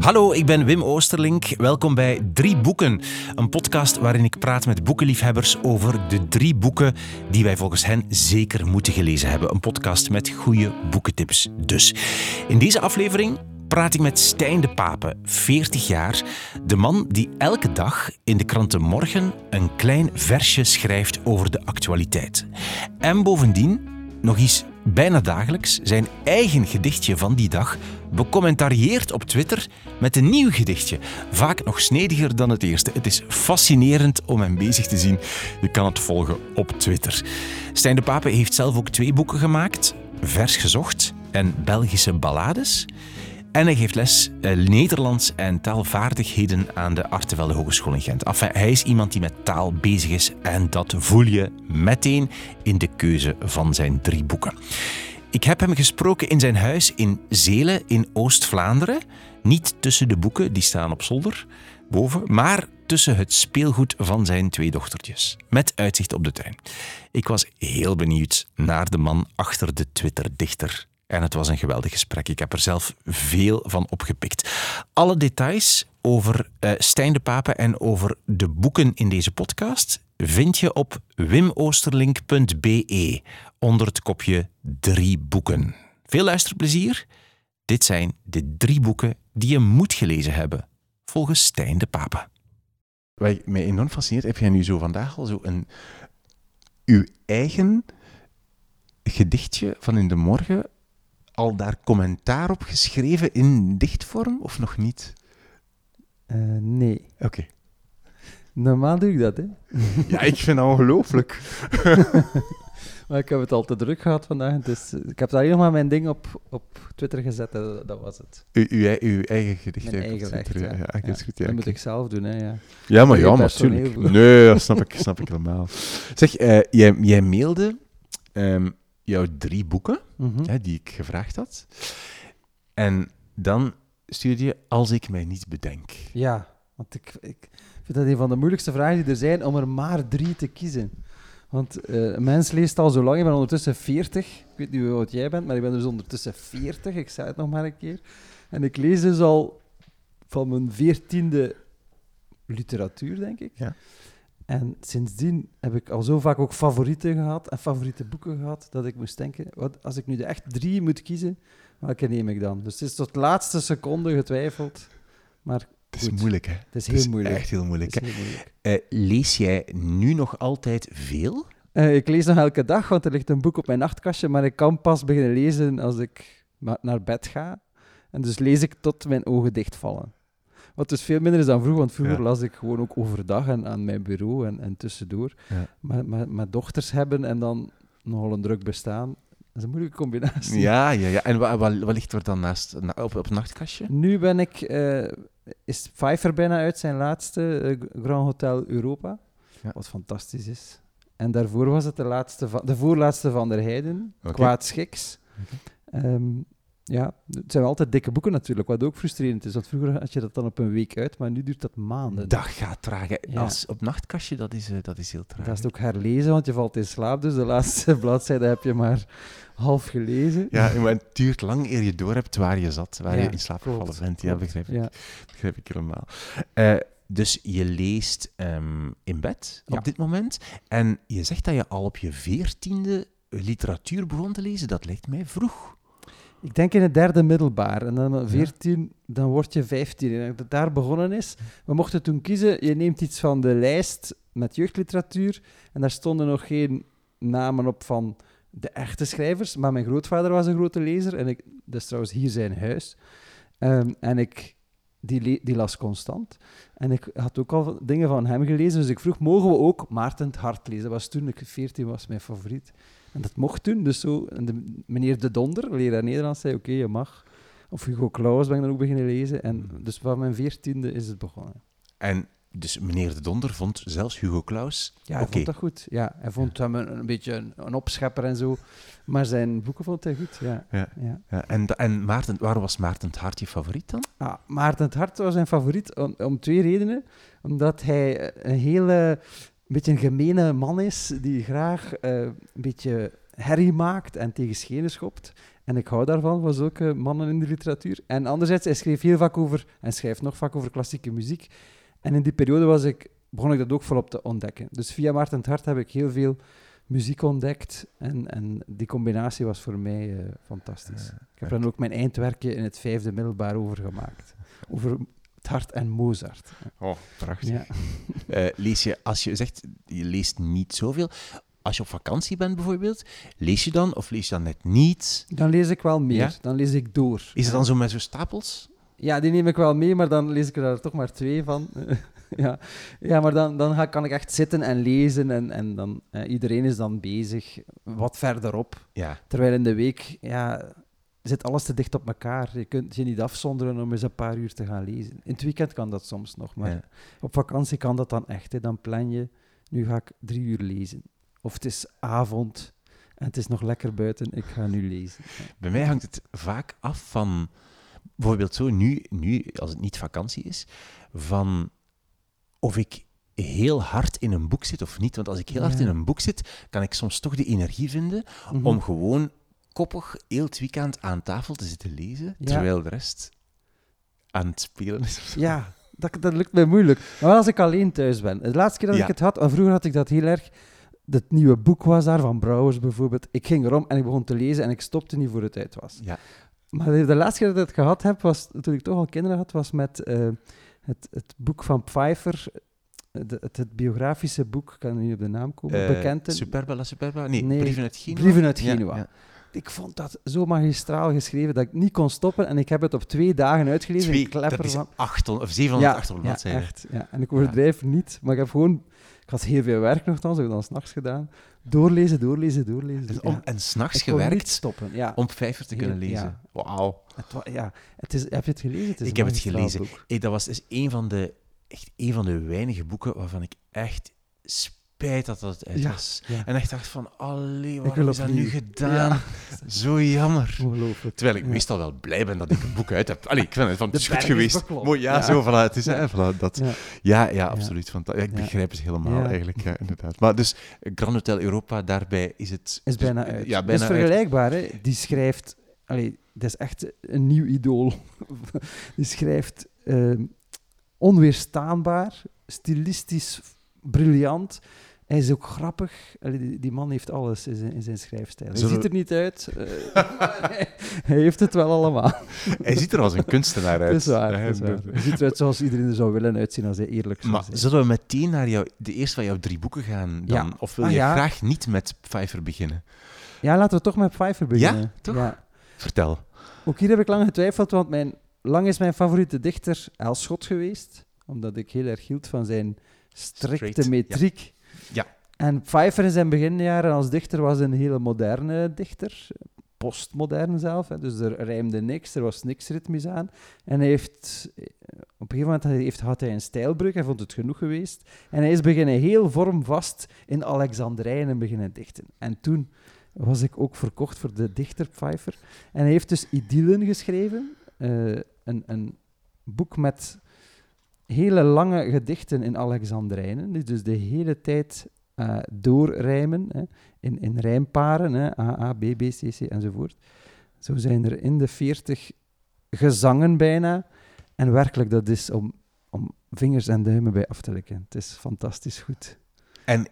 Hallo, ik ben Wim Oosterlink. Welkom bij 3 Boeken. Een podcast waarin ik praat met boekenliefhebbers over de 3 boeken die wij volgens hen zeker moeten gelezen hebben. Een podcast met goede boekentips dus. In deze aflevering praat ik met Stijn de Pape, 40 jaar. De man die elke dag in de krant De Morgen een klein versje schrijft over de actualiteit. En bovendien nog eens bijna dagelijks zijn eigen gedichtje van die dag becommentarieert op Twitter met een nieuw gedichtje. Vaak nog snediger dan het eerste. Het is fascinerend om hem bezig te zien. Je kan het volgen op Twitter. Stijn de Pape heeft zelf ook 2 boeken gemaakt. Vers gezocht en Belgische ballades. En hij geeft les Nederlands en taalvaardigheden aan de Artevelde Hogeschool in Gent. Enfin, hij is iemand die met taal bezig is en dat voel je meteen in de keuze van zijn 3 boeken. Ik heb hem gesproken in zijn huis in Zelen in Oost-Vlaanderen. Niet tussen de boeken, die staan op zolder, boven, maar tussen het speelgoed van zijn 2 dochtertjes. Met uitzicht op de tuin. Ik was heel benieuwd naar de man achter de Twitter-dichter. En het was een geweldig gesprek. Ik heb er zelf veel van opgepikt. Alle details over Stijn de Pape en over de boeken in deze podcast vind je op wimoosterlink.be onder het kopje 3 boeken. Veel luisterplezier. Dit zijn de 3 boeken die je moet gelezen hebben, volgens Stijn de Pape. Wat mij enorm fascineert, heb jij nu zo vandaag al zo uw eigen gedichtje van in de morgen al daar commentaar op geschreven in dichtvorm, of nog niet? Nee. Oké. Normaal doe ik dat, hè. Ja, ik vind dat ongelooflijk. Maar ik heb het al te druk gehad vandaag, dus ik heb alleen nog maar mijn ding op Twitter gezet, dat was het. Uw eigen gedicht. Mijn eigen recht, ja. Dat is goed, ja. Dat moet ik zelf doen, hè, ja. Ja, maar personeel. natuurlijk. Nee, dat snap ik helemaal. Zeg, jij mailde jouw 3 boeken, die ik gevraagd had. En dan stuurde je Als ik mij niet bedenk. Ja, want ik vind dat een van de moeilijkste vragen die er zijn, om er maar 3 te kiezen. Want een mens leest al zo lang, ik ben ondertussen 40. Ik weet niet hoe oud jij bent, maar ik ben dus ondertussen 40. Ik zei het nog maar een keer. En ik lees dus al van mijn 14e literatuur, denk ik. Ja. En sindsdien heb ik al zo vaak ook favorieten gehad en favoriete boeken gehad, dat ik moest denken, als ik nu de echt 3 moet kiezen, welke neem ik dan? Dus het is tot de laatste seconde getwijfeld, maar het is moeilijk, hè? Het is heel moeilijk. Echt heel moeilijk. Lees jij nu nog altijd veel? Ik lees nog elke dag, want er ligt een boek op mijn nachtkastje, maar ik kan pas beginnen lezen als ik naar bed ga. En dus lees ik tot mijn ogen dichtvallen. Wat dus veel minder is dan vroeger, want vroeger las ik gewoon ook overdag en aan mijn bureau en tussendoor. Ja. Maar dochters hebben en dan nogal een druk bestaan, dat is een moeilijke combinatie. Ja. En wat ligt er dan naast op het nachtkastje? Nu ben ik... is Pfeiffer bijna uit zijn laatste Grand Hotel Europa, wat fantastisch is. En daarvoor was het de voorlaatste van der Heijden, Kwaadschiks. Ja, het zijn altijd dikke boeken natuurlijk, wat ook frustrerend is. Want vroeger had je dat dan op een week uit, maar nu duurt dat maanden. Dat gaat traag. Ja. Als op nachtkastje, dat is heel traag. Dat is ook herlezen, want je valt in slaap, dus de laatste bladzijde heb je maar half gelezen. Ja, maar het duurt lang eer je door hebt waar je zat, waar je in slaap gevallen bent. Ja, begrijp ik helemaal. Dus je leest in bed op dit moment. En je zegt dat je al op je 14e literatuur begon te lezen. Dat lijkt mij vroeg. Ik denk in het 3e middelbaar. En dan 14, dan word je 15. En dat het daar begonnen is. We mochten toen kiezen, je neemt iets van de lijst met jeugdliteratuur. En daar stonden nog geen namen op van de echte schrijvers. Maar mijn grootvader was een grote lezer. En dat is trouwens hier zijn huis. En die las constant. En ik had ook al dingen van hem gelezen. Dus ik vroeg, mogen we ook Maarten 't Hart lezen? Dat was toen ik 14 was, mijn favoriet. En dat mocht toen, dus zo. En meneer De Donder, leraar Nederlands, zei oké, je mag. Of Hugo Claus ben ik dan ook beginnen lezen. En dus van mijn 14e is het begonnen. En dus meneer De Donder vond zelfs Hugo Claus hij vond dat goed. Ja, hij vond hem een beetje een opschepper en zo. Maar zijn boeken vond hij goed, ja. En Maarten, waarom was Maarten 't Hart je favoriet dan? Maarten 't Hart was zijn favoriet om 2 redenen. Omdat hij een beetje een gemene man is, die graag een beetje herrie maakt en tegen schenen schopt. En ik hou daarvan, van zulke mannen in de literatuur. En anderzijds, hij schreef heel vaak over, en schrijft nog vaak over klassieke muziek. En in die periode begon ik dat ook volop te ontdekken. Dus via Maarten 't Hart heb ik heel veel muziek ontdekt. En die combinatie was voor mij fantastisch. Ik heb er dan ook mijn eindwerkje in het 5e middelbaar over gemaakt. Over 't Hart en Mozart. Oh, prachtig. Ja. Lees je, als je zegt, je leest niet zoveel... Als je op vakantie bent bijvoorbeeld, lees je dan of lees je dan net niet? Dan lees ik wel meer. Ja? Dan lees ik door. Is het dan zo met zo'n stapels? Ja, die neem ik wel mee, maar dan lees ik er daar toch maar 2 van. Ja, maar dan kan ik echt zitten en lezen en dan, iedereen is dan bezig, wat verderop. Ja. Terwijl in de week zit alles te dicht op elkaar. Je kunt je niet afzonderen om eens een paar uur te gaan lezen. In het weekend kan dat soms nog, maar op vakantie kan dat dan echt. Hè. Dan plan je, nu ga ik 3 uur lezen. Of het is avond en het is nog lekker buiten, ik ga nu lezen. Ja. Bij mij hangt het vaak af van, bijvoorbeeld zo, nu als het niet vakantie is, van of ik heel hard in een boek zit of niet. Want als ik heel hard in een boek zit, kan ik soms toch die energie vinden om gewoon koppig heel het weekend aan tafel te zitten lezen, terwijl de rest aan het spelen is. Ja, dat lukt mij moeilijk. Maar als ik alleen thuis ben. De laatste keer dat ik het had, en vroeger had ik dat heel erg... Het nieuwe boek was daar, van Brouwers bijvoorbeeld. Ik ging erom en ik begon te lezen en ik stopte niet voor het uit was. Ja. Maar de laatste keer dat ik het gehad heb, was toen ik toch al kinderen had, was met het boek van Pfeiffer, het biografische boek, ik kan nu niet op de naam komen, bekend. Superba la Superba? Nee, Brieven uit Genua. Brieven uit Genua. Ja. Ik vond dat zo magistraal geschreven dat ik niet kon stoppen en ik heb het op 2 dagen uitgelezen. Dat is 800 of 700, 800 bladzijden. Ja, echt. Ja. En ik overdrijf niet, maar ik heb gewoon... Ik had heel veel werk nogthans, heb ik dan 's nachts gedaan. Doorlezen. En 's nachts ik kon gewerkt niet stoppen. Ja. om Pfeiffer te kunnen lezen. Ja. Wauw. Heb je het gelezen? Ik heb het gelezen. Dat was een van de weinige boeken waarvan ik echt spijt dat het uit was. Ja. En echt dacht van, allee, waarom is dat nu gedaan? Ja. Zo jammer. Ongelooflijk. Terwijl ik meestal wel blij ben dat ik een boek uit heb. Allee, ik vind het van, het is goed geweest. Mooi, zo, voilà, het is voilà, dat. Ja, absoluut. Ik begrijp het helemaal eigenlijk, inderdaad. Maar dus, Grand Hotel Europa, daarbij is het... Is bijna uit. Ja, bijna het is vergelijkbaar, hè. Die schrijft... Allee, dat is echt een nieuw idool. Die schrijft onweerstaanbaar, stilistisch briljant. Hij is ook grappig. Die man heeft alles in zijn schrijfstijl. Hij ziet er niet uit. Hij heeft het wel allemaal. Hij ziet er als een kunstenaar uit. Dat is waar. Hij ziet eruit zoals iedereen er zou willen uitzien als hij eerlijk zou zijn. Maar zullen we meteen naar de eerste van jouw 3 boeken gaan dan? Ja. Of wil je graag niet met Pfeiffer beginnen? Ja, laten we toch met Pfeiffer beginnen. Ja, toch? Ja. Vertel. Ook hier heb ik lang getwijfeld, want lang is mijn favoriete dichter Elschot geweest. Omdat ik heel erg hield van zijn strikte metriek. Ja. En Pfeiffer in zijn beginjaren als dichter was een hele moderne dichter. Postmodern zelf. Hè. Dus er rijmde niks, er was niks ritmisch aan. En hij heeft... Op een gegeven moment had hij een stijlbreuk, hij vond het genoeg geweest. En hij is beginnen heel vormvast in Alexandrijnen beginnen dichten. En toen was ik ook verkocht voor de dichter Pfeiffer. En hij heeft dus Idyllen geschreven. Een boek met hele lange gedichten in Alexandrijnen, die dus de hele tijd doorrijmen, hè, in rijmparen, hè, A, A, B, B, C, C enzovoort. Zo zijn er in de 40 gezangen bijna. En werkelijk, dat is om vingers en duimen bij af te likken. Het is fantastisch goed. En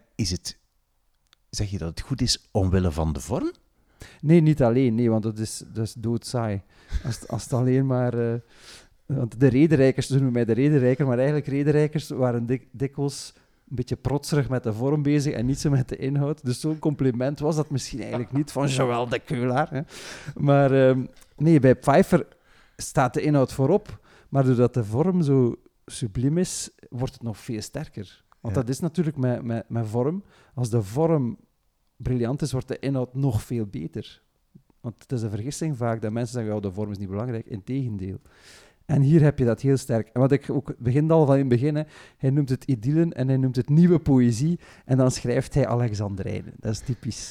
zeg je dat het goed is omwille van de vorm? Nee, niet alleen. Nee, want dat is doodsaai. Als het alleen maar... want de rederijkers, ze noemen mij de rederijker, maar eigenlijk rederijkers waren dikwijls een beetje protserig met de vorm bezig en niet zo met de inhoud. Dus zo'n compliment was dat misschien eigenlijk niet van Joël de Keulaar. Hè. Maar nee, bij Pfeiffer staat de inhoud voorop, maar doordat de vorm zo subliem is, wordt het nog veel sterker. Want dat is natuurlijk met vorm. Als de vorm briljant is, wordt de inhoud nog veel beter. Want het is een vergissing vaak dat mensen zeggen, de vorm is niet belangrijk. Integendeel. En hier heb je dat heel sterk. En wat ik ook begin al van in het begin, hij noemt het idyllen en hij noemt het nieuwe poëzie. En dan schrijft hij Alexandrijnen. Dat is typisch.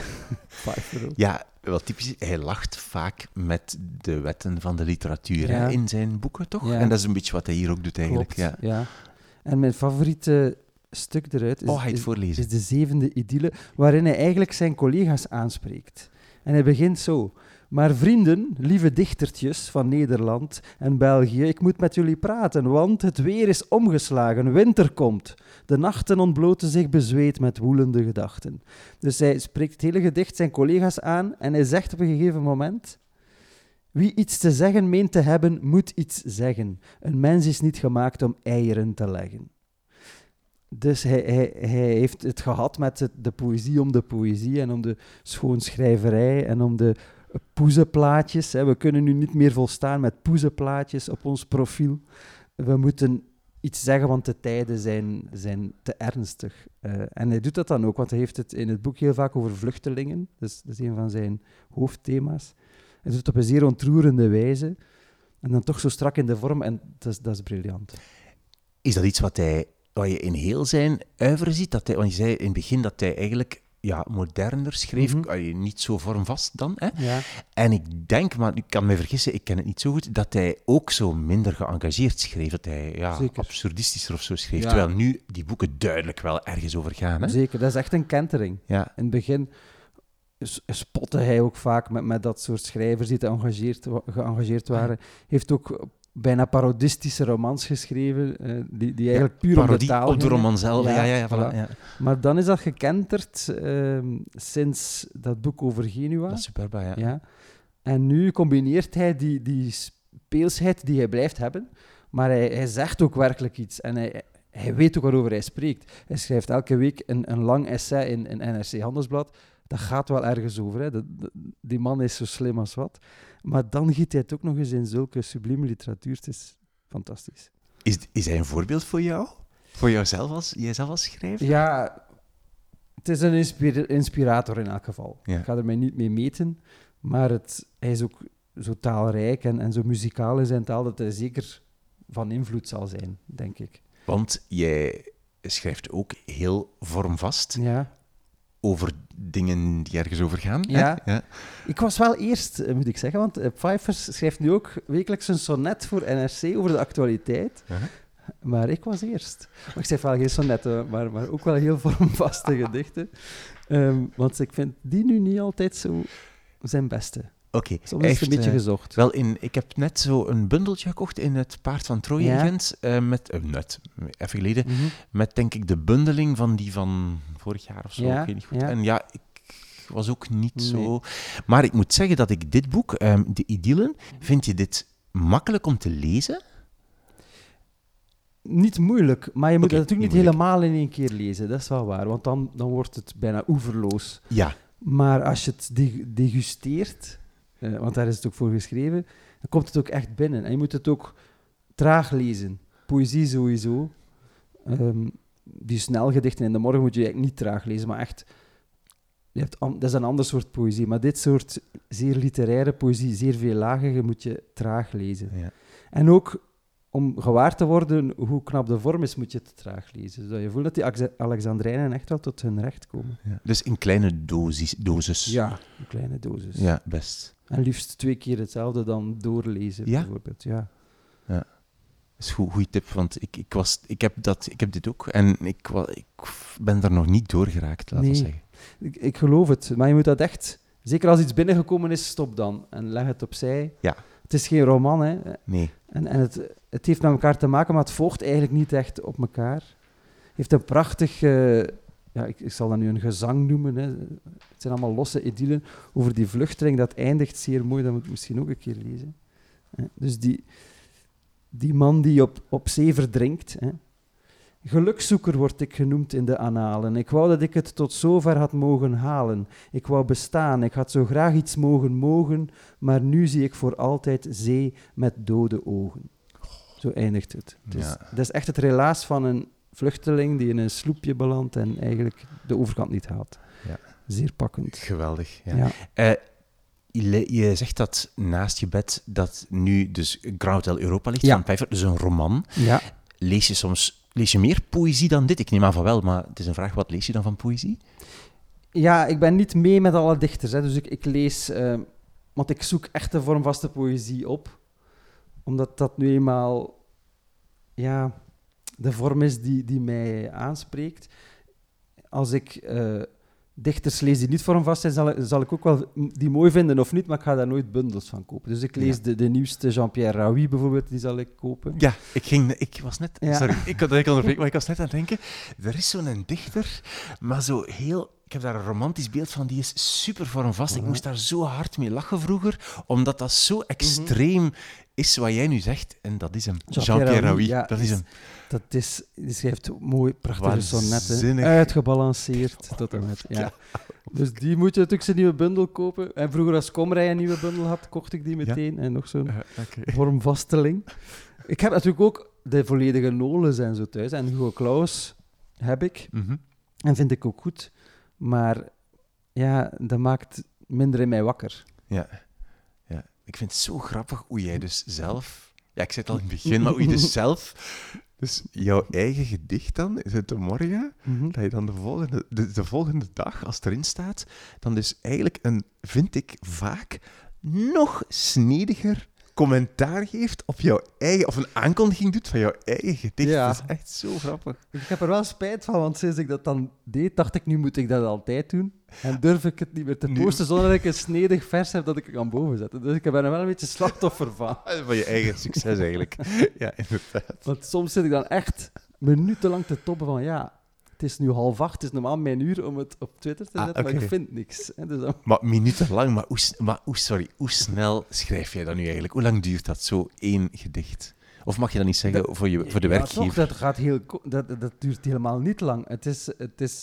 Ja, wel typisch. Hij lacht vaak met de wetten van de literatuur in zijn boeken, toch? Ja. En dat is een beetje wat hij hier ook doet eigenlijk. Klopt, ja. En mijn favoriete stuk eruit is de 7e idylle, waarin hij eigenlijk zijn collega's aanspreekt. En hij begint zo. Maar vrienden, lieve dichtertjes van Nederland en België, ik moet met jullie praten, want het weer is omgeslagen, winter komt. De nachten ontbloten zich bezweet met woelende gedachten. Dus hij spreekt het hele gedicht zijn collega's aan en hij zegt op een gegeven moment: wie iets te zeggen meent te hebben, moet iets zeggen. Een mens is niet gemaakt om eieren te leggen. Dus hij heeft het gehad met de poëzie om de poëzie en om de schoonschrijverij en om de poezenplaatjes. We kunnen nu niet meer volstaan met poezenplaatjes op ons profiel. We moeten iets zeggen, want de tijden zijn te ernstig. En hij doet dat dan ook, want hij heeft het in het boek heel vaak over vluchtelingen. Dat is een van zijn hoofdthema's. Hij doet het op een zeer ontroerende wijze. En dan toch zo strak in de vorm. En dat is briljant. Is dat iets wat je in heel zijn uiveren ziet? Want je zei in het begin dat hij eigenlijk moderner schreef. Niet zo vormvast dan. Hè? Ja. En ik denk, maar ik kan me vergissen, ik ken het niet zo goed, dat hij ook zo minder geëngageerd schreef. Dat hij absurdistischer of zo schreef. Ja. Terwijl nu die boeken duidelijk wel ergens over gaan. Hè? Zeker, dat is echt een kentering. Ja. In het begin spotte hij ook vaak met dat soort schrijvers die te geëngageerd waren. Heeft ook bijna parodistische romans geschreven, die eigenlijk puur parodie op de taal op de gingen. roman zelf. Ja, Voilà. Ja. Maar dan is dat gekenterd sinds dat boek over Genua. Dat is superba, ja. En nu combineert hij die speelsheid die hij blijft hebben, maar hij zegt ook werkelijk iets. En hij weet ook waarover hij spreekt. Hij schrijft elke week een lang essay in NRC Handelsblad. Dat gaat wel ergens over. Hè. Die man is zo slim als wat. Maar dan giet hij het ook nog eens in zulke sublieme literatuur. Het is fantastisch. Is hij een voorbeeld voor jou? Voor jouzelf jijzelf als schrijver? Ja, het is een inspirator in elk geval. Ja. Ik ga er mij niet mee meten. Maar hij is ook zo taalrijk en zo muzikaal in zijn taal dat hij zeker van invloed zal zijn, denk ik. Want jij schrijft ook heel vormvast. Ja. Over dingen die ergens over gaan. Ja. Ja. Ik was wel eerst, moet ik zeggen, want Pfeiffers schrijft nu ook wekelijks een sonnet voor NRC over de actualiteit. Uh-huh. Maar ik was eerst. Maar ik schrijf wel geen sonnetten, maar ook wel heel vormvaste gedichten. Want ik vind die nu niet altijd zo zijn beste. Oké. Soms is het een beetje gezocht. Wel, ik heb net zo een bundeltje gekocht in het Paard van Troje in Gent. Even geleden. Mm-hmm. Met, denk ik, de bundeling van die van vorig jaar of zo. Ja, ik weet niet goed. ja. En ik was ook niet zo... Maar ik moet zeggen dat ik dit boek, De Idyllen, vind je dit makkelijk om te lezen? Niet moeilijk, maar je moet het natuurlijk niet moeilijk. helemaal in één keer lezen. Dat is wel waar, want dan wordt het bijna oeverloos. Ja. Maar als je het degusteert, want daar is het ook voor geschreven, dan komt het ook echt binnen. En je moet het ook traag lezen. Poëzie sowieso. Die snelgedichten in de morgen moet je eigenlijk niet traag lezen, maar echt... dat is een ander soort poëzie. Maar dit soort zeer literaire poëzie, zeer veellagige, moet je traag lezen. Ja. En ook om gewaar te worden hoe knap de vorm is, moet je het traag lezen. Zodat je voelt dat die Alexandrijnen echt wel tot hun recht komen. Ja. Dus in kleine dosis. Ja, een kleine dosis. Ja, best. En liefst 2 keer hetzelfde dan doorlezen, bijvoorbeeld. Ja. Dat is een goede tip, want ik heb dit ook en ik ben er nog niet doorgeraakt, laten we zeggen. Ik geloof het, maar je moet dat echt... Zeker als iets binnengekomen is, stop dan en leg het opzij. Ja. Het is geen roman, hè. Nee. En het heeft met elkaar te maken, maar het volgt eigenlijk niet echt op elkaar. Het heeft een prachtig... ik zal dat nu een gezang noemen. Hè. Het zijn allemaal losse idyllen over die vluchteling. Dat eindigt zeer mooi, dat moet ik misschien ook een keer lezen. Dus die man die op zee verdrinkt. Hè. Gelukzoeker word ik genoemd in de annalen. Ik wou dat ik het tot zover had mogen halen. Ik wou bestaan, ik had zo graag iets mogen, maar nu zie ik voor altijd zee met dode ogen. Zo eindigt het. Dus, dat is echt het relaas van een vluchteling die in een sloepje belandt en eigenlijk de overkant niet haalt. Ja. Zeer pakkend. Geweldig. Ja. Je zegt dat naast je bed dat nu dus Grand Hotel Europa ligt van Pfeiffer, dus een roman. Ja. Lees je meer poëzie dan dit? Ik neem aan van wel, maar het is een vraag, wat lees je dan van poëzie? Ja, ik ben niet mee met alle dichters. Hè. Dus ik lees... want ik zoek echt de vormvaste poëzie op. Omdat dat nu eenmaal... de vorm is die mij aanspreekt. Als ik dichters lees die niet vormvast zijn, zal ik ook wel die mooi vinden of niet, maar ik ga daar nooit bundels van kopen. Dus ik lees de nieuwste Jean-Pierre Raoui bijvoorbeeld, die zal ik kopen. Ja, ik was net... Ja. Sorry, ik had onderbreken, maar ik was net aan het denken. Er is zo'n dichter, maar zo heel... Ik heb daar een romantisch beeld van, die is super vormvast. Ik moest daar zo hard mee lachen vroeger, omdat dat zo extreem is wat jij nu zegt. En dat is hem. Jean-Pierre Raoui, ja, dat is hem. Die schrijft mooi, prachtige sonnetten. Uitgebalanceerd tot en met. Ja. Dus die moet je natuurlijk zijn nieuwe bundel kopen. En vroeger als Komrij een nieuwe bundel had, kocht ik die meteen. Ja? En nog zo'n vormvasteling. Ik heb natuurlijk ook de volledige Nolens en zo thuis. En Hugo Claus heb ik. En vind ik ook goed. Maar ja, dat maakt minder in mij wakker. Ja. Ik vind het zo grappig hoe jij dus zelf... Ja, ik zei het al in het begin, maar hoe je dus zelf... Dus jouw eigen gedicht dan, is het de morgen, dat je dan de volgende dag, als het erin staat, dan dus eigenlijk vind ik vaak, nog snediger commentaar geeft op jouw eigen, of een aankondiging doet van jouw eigen gedicht. Ja. Dat is echt zo grappig. Ik heb er wel spijt van, want sinds ik dat dan deed, dacht ik, nu moet ik dat altijd doen. En durf ik het niet meer te posten, zonder dat ik een snedig vers heb dat ik kan boven zetten. Dus ik ben er wel een beetje slachtoffer van. Van je eigen succes eigenlijk. Ja, inderdaad. Want soms zit ik dan echt minutenlang te toppen van, ja, het is nu 7:30, het is normaal mijn uur om het op Twitter te zetten, maar ik vind niks. Hè, dus dan... Maar minutenlang, hoe snel schrijf jij dat nu eigenlijk? Hoe lang duurt dat zo, één gedicht? Of mag je dat niet zeggen voor de werkgever? Toch, dat gaat dat duurt helemaal niet lang. Het is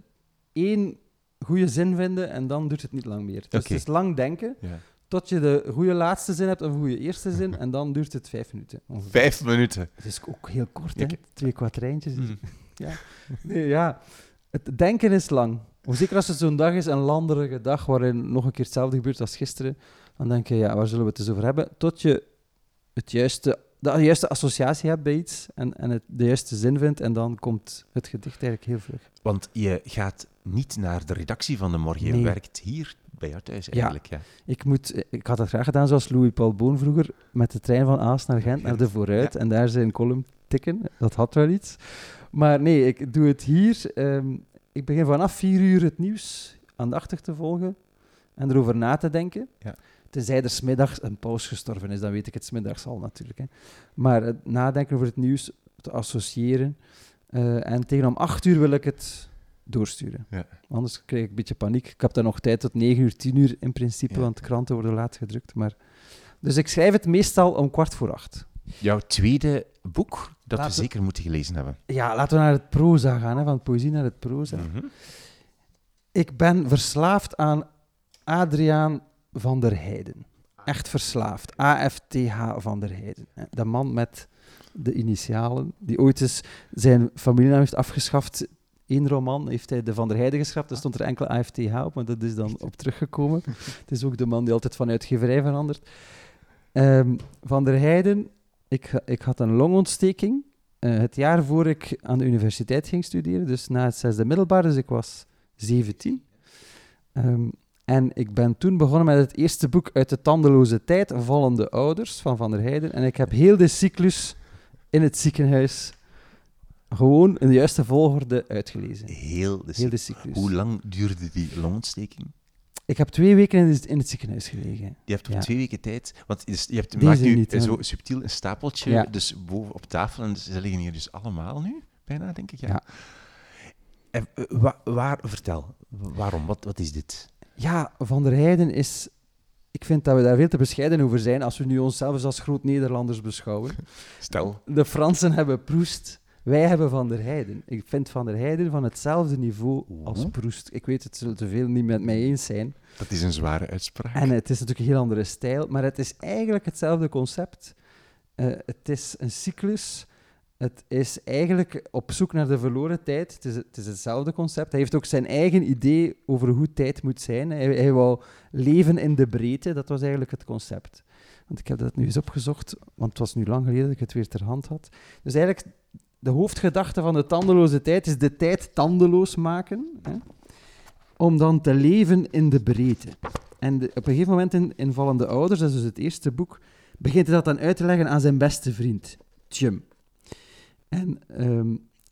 1 goede zin vinden en dan duurt het niet lang meer. Dus het is lang denken, tot je de goede laatste zin hebt of een goede eerste zin, en dan duurt het 5 minuten. Ongeveer. 5 minuten? Het is ook heel kort, hè? 2 kwartijntjes. Ja. Nee, ja. Het denken is lang. Zeker als het zo'n dag is, een landerige dag, waarin nog een keer hetzelfde gebeurt als gisteren, dan denk je, ja, waar zullen we het eens over hebben? Tot je de juiste associatie hebt bij iets en de juiste zin vindt, en dan komt het gedicht eigenlijk heel vlug. Want je gaat niet naar de redactie van de morgen, je werkt hier bij jou thuis eigenlijk. Ja. Ik had dat graag gedaan zoals Louis Paul Boon vroeger, met de trein van Aalst naar Gent, naar de Vooruit, en daar zijn column tikken. Dat had wel iets. Maar nee, ik doe het hier. Ik begin vanaf 4 uur het nieuws aandachtig te volgen en erover na te denken. Ja. Tenzij er 's middags een paus gestorven is, dan weet ik het 's middags al natuurlijk. Hè. Maar het nadenken over het nieuws, te associëren. En tegen om 8 uur wil ik het doorsturen. Ja. Anders krijg ik een beetje paniek. Ik heb dan nog tijd tot 9 uur, 10 uur in principe, want de kranten worden laat gedrukt. Dus ik schrijf het meestal om 7:15. Jouw tweede boek, dat we zeker moeten gelezen hebben. Ja, laten we naar het proza gaan, hè, van poëzie naar het proza. Ik ben verslaafd aan Adriaan van der Heijden. Echt verslaafd. AFTH van der Heijden. De man met de initialen, die ooit eens zijn familienaam heeft afgeschaft. 1 roman heeft hij de Van der Heijden geschrapt. Daar stond er enkel AFTH op, maar dat is dan op teruggekomen. Het is ook de man die altijd van uitgeverij verandert. Van der Heijden, ik had een longontsteking het jaar voor ik aan de universiteit ging studeren, dus na het 6e middelbaar, dus ik was 17. En ik ben toen begonnen met het eerste boek uit de tandeloze tijd, Vallende Ouders, van der Heijden. En ik heb heel de cyclus in het ziekenhuis gewoon in de juiste volgorde uitgelezen. Heel de cyclus. Hoe lang duurde die longontsteking? Ik heb 2 weken in het ziekenhuis gelegen. Je hebt op 2 weken tijd... Want je maakt nu zo subtiel een stapeltje dus boven op tafel en ze liggen hier dus allemaal nu, bijna, denk ik. Ja. En, vertel, waarom? Wat is dit? Ja, Van der Heijden is... Ik vind dat we daar veel te bescheiden over zijn als we nu onszelf als groot Nederlanders beschouwen. Stel. De Fransen hebben Proest, wij hebben Van der Heijden. Ik vind Van der Heijden van hetzelfde niveau als Proest. Ik weet, het zullen te veel niet met mij eens zijn. Dat is een zware uitspraak. En het is natuurlijk een heel andere stijl, maar het is eigenlijk hetzelfde concept. Het is een cyclus. Het is eigenlijk op zoek naar de verloren tijd. Het is hetzelfde concept. Hij heeft ook zijn eigen idee over hoe tijd moet zijn. Hij wou leven in de breedte. Dat was eigenlijk het concept. Want ik heb dat nu eens opgezocht, want het was nu lang geleden dat ik het weer ter hand had. Dus eigenlijk, de hoofdgedachte van de tandeloze tijd is de tijd tandeloos maken, hè, om dan te leven in de breedte. En op een gegeven moment in Vallende Ouders, dat is dus het eerste boek, begint hij dat dan uit te leggen aan zijn beste vriend, Tjum. En